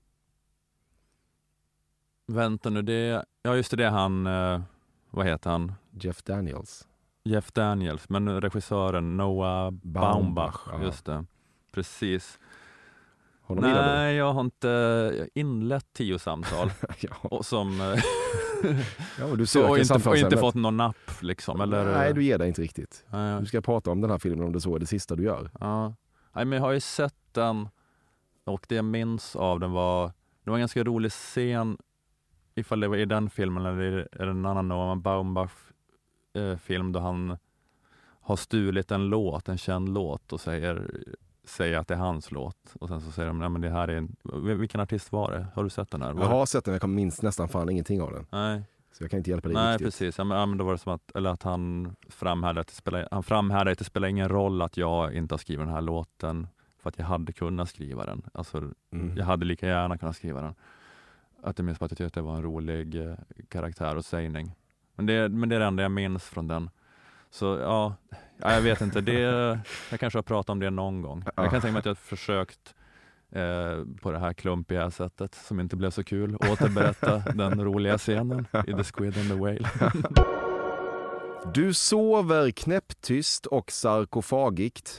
Vänta nu, just det han, vad heter han? Jeff Daniels, men regissören Noah Baumbach, just det, precis. Nej, jag har inte inlett 10 samtal. Och som och du söker och inte fått någon napp liksom, eller? Nej, du ger dig inte riktigt. Du ska prata om den här filmen om det så är det sista du gör. Ja. Nej, men jag har ju sett den och det jag minns av den var en ganska rolig scen, ifall det var i den filmen eller är det en annan Noah Baumbach film då han har stulit en känd låt och säger att det är hans låt. Och sen så säger de, men det här är vilken artist var det? Har du sett den här? Jag har sett den, jag minns nästan fan ingenting av den. Nej. Så jag kan inte hjälpa dig riktigt. Nej, precis. Ja, men då var det som att han framhärdade att det spelar ingen roll att jag inte har skrivit den här låten för att jag hade kunnat skriva den. Alltså, jag hade lika gärna kunnat skriva den. Att jag minns på att jag tyckte att det var en rolig karaktär och sägning. Men det är det enda jag minns från den. Så jag vet inte. Jag kanske har pratat om det någon gång. Jag kan tänka mig att jag har försökt på det här klumpiga sättet som inte blev så kul återberätta den roliga scenen i The Squid and the Whale. Du sover knäpptyst och sarkofagigt.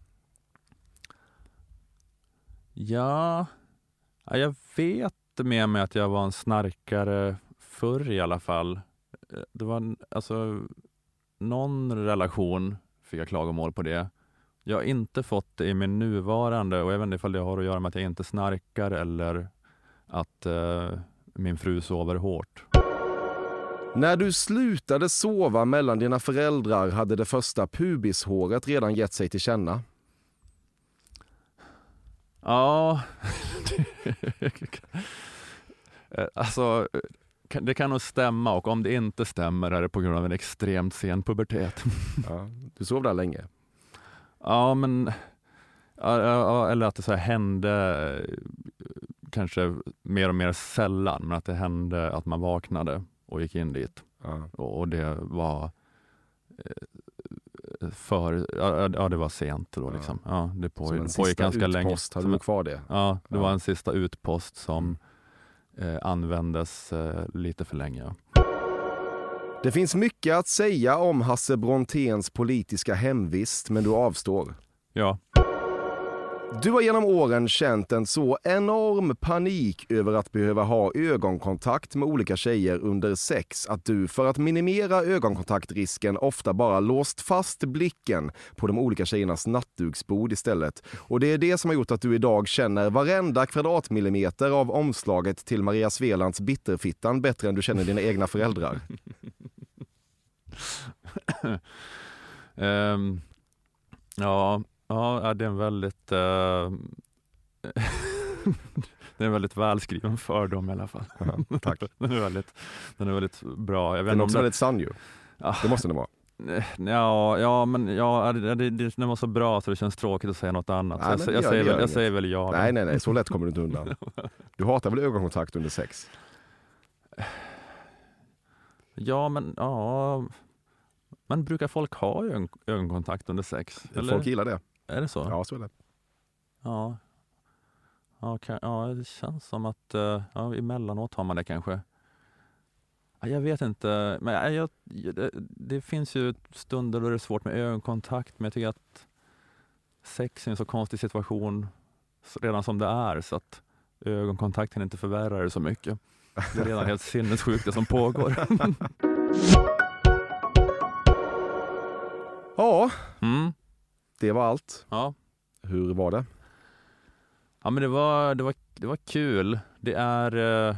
Ja, jag vet med mig att jag var en snarkare förr i alla fall. Det var någon relation fick jag klagomål på det. Jag har inte fått det i min nuvarande, och jag vet inte ifall det har att göra med att jag inte snarkar eller att min fru sover hårt. När du slutade sova mellan dina föräldrar hade det första pubishåret redan gett sig till känna. Ja, alltså det kan nog stämma, och om det inte stämmer är det på grund av en extremt sen pubertet. Ja, du sov där länge. Ja, men eller att det så här hände kanske mer och mer sällan, men att det hände att man vaknade och gick in dit. Ja. Och det var det var sent då liksom. Ja, det pågick ganska länge. Hade du kvar det? Ja, det var en sista utpost som användes lite för länge. Ja. Det finns mycket att säga om Hasse Bronténs politiska hemvist, men du avstår. Ja. Du har genom åren känt en så enorm panik över att behöva ha ögonkontakt med olika tjejer under sex att du, för att minimera ögonkontaktrisken, ofta bara låst fast blicken på de olika tjejernas nattduksbord istället. Och det är det som har gjort att du idag känner varenda kvadratmillimeter av omslaget till Maria Svelands Bitterfittan bättre än du känner dina egna föräldrar. Ja, det är en väldigt det är en väldigt välskriven fördom i alla fall. Ja, tack. Den är väldigt bra. Jag vet den är också väldigt sann ju. Ja. Det måste den vara. Den var så bra så det känns tråkigt att säga något annat. Nej, Jag säger väl ja. Nej, så lätt kommer du inte undan. Du hatar väl ögonkontakt under sex? Ja, men brukar folk ha ögonkontakt under sex? Eller? Folk gillar det. Är det så? Ja, så är det. Ja. Ja, det känns som att emellanåt har man det kanske. Jag vet inte, men det finns ju stunder då det är svårt med ögonkontakt, men jag tycker att sex är en så konstig situation redan som det är, så att ögonkontakten inte förvärrar det så mycket. Det är redan helt sinnessjukt det som pågår. Ja, det var allt. Ja. Hur var det? Ja, men det var kul. Det är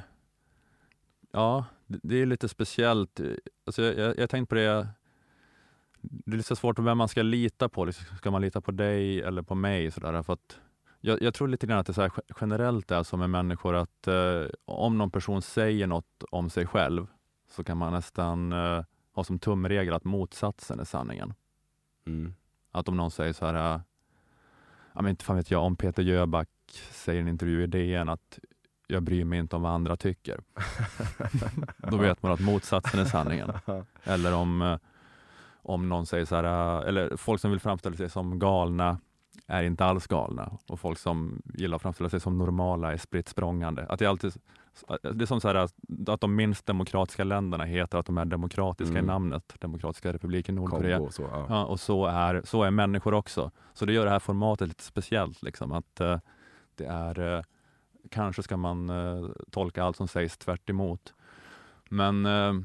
det är lite speciellt. Alltså jag tänkte på det. Det är lite svårt på vem man ska lita på. Ska man lita på dig eller på mig? Sådär, för att jag tror lite grann att det är så här generellt är som med människor att om någon person säger något om sig själv så kan man nästan ha som tumregel att motsatsen är sanningen. Mm. Att om någon säger så här, men inte fan vet jag, om Peter Jöback säger i en intervju i DN att jag bryr mig inte om vad andra tycker. Då vet man att motsatsen är sanningen. Eller om någon säger så här, eller folk som vill framställa sig som galna är inte alls galna. Och folk som gillar att framställa sig som normala är spritt språngande. Att det är som så här att de minst demokratiska länderna heter att de är demokratiska i namnet. Demokratiska republiken Nordkorea. Kongo, så, ja, och så är människor också. Så det gör det här formatet lite speciellt. Liksom, att det är... kanske ska man tolka allt som sägs tvärt emot. Men...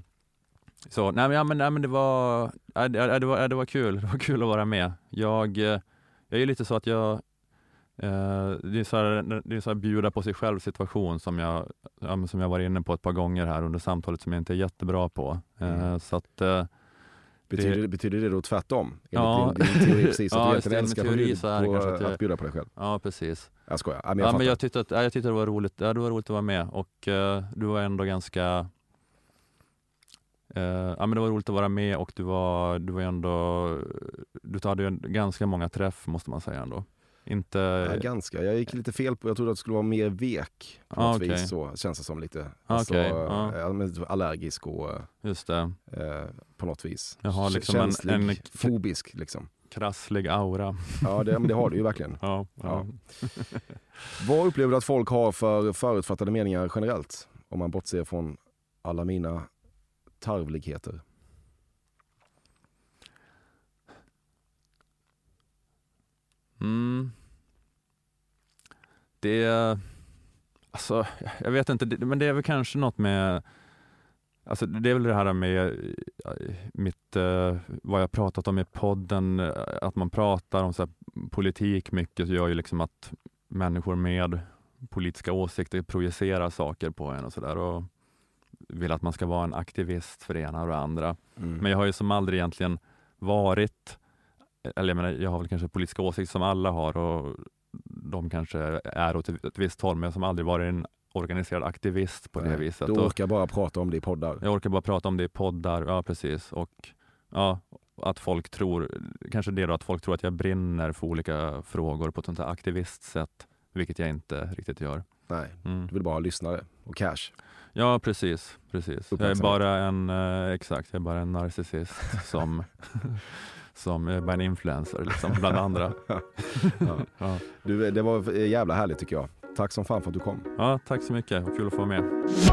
men det var kul. Det var kul att vara med. Jag är lite så att jag det är så här bjuda på sig själv situation som jag var inne på ett par gånger här under samtalet som jag inte är jättebra på. Så att betyder det då tvärtom? Ja, din teori precis att du egentligen älskar att bjuda på dig själv. Ja, men Jag skojar. Men jag tyckte det var roligt. Ja, det var roligt att vara med, och du var ändå ganska men det var roligt att vara med, och du hade ju ganska många träff, måste man säga ändå. Inte... Ja, ganska. Jag gick lite fel på, jag trodde att det skulle vara mer vek på något vis, så känns det som lite. Allergisk och just det. På något vis. Jag har liksom känslig, fobisk liksom. Krasslig aura. Ja, det har du ju verkligen. Ja. Vad upplever du att folk har för förutfattade meningar generellt? Om man bortser från alla mina tarvligheter. Det, alltså, jag vet inte, men det är väl kanske något med, alltså det är väl det här med vad jag pratat om i podden, att man pratar om så här, politik mycket, så gör ju liksom att människor med politiska åsikter projicerar saker på en och sådär, och vill att man ska vara en aktivist för det ena och det andra. Men jag har ju som aldrig egentligen varit, eller jag menar, jag har väl kanske politiska åsikter som alla har och de kanske är åt ett visst håll, men jag har som aldrig varit en organiserad aktivist på det viset. Du orkar bara prata om det i poddar. Jag orkar bara prata om det i poddar, ja precis. Och ja, att folk tror, kanske det då, att folk tror att jag brinner för olika frågor på ett sånt här aktivistsätt, vilket jag inte riktigt gör. Nej, du vill bara ha lyssnare och cash. Jag är bara en narcissist som som är bara en influencer liksom, bland andra. Ja. Du, det var jävla härligt tycker jag. Tack som fan för att du kom. Ja, tack så mycket. Vad kul att få med.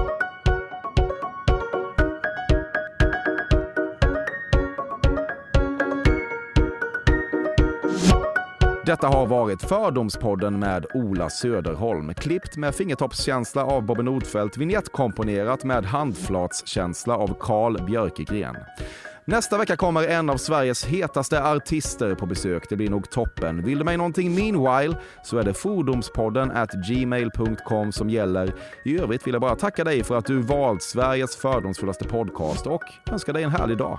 Detta har varit Fördomspodden med Ola Söderholm. Klippt med fingertoppskänsla av Bobby Nordfeldt. Vignettkomponerat med handflatskänsla av Carl Björkegren. Nästa vecka kommer en av Sveriges hetaste artister på besök. Det blir nog toppen. Vill du mig någonting meanwhile så är det fordomspodden@gmail.com som gäller. I övrigt vill jag bara tacka dig för att du valt Sveriges fördomsfullaste podcast och önskar dig en härlig dag.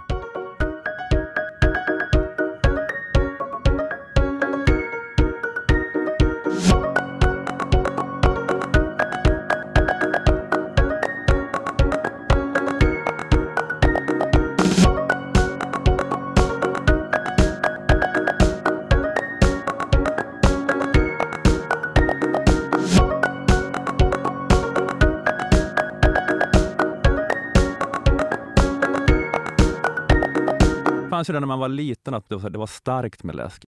Det fanns ju det när man var liten att det var starkt med läsk.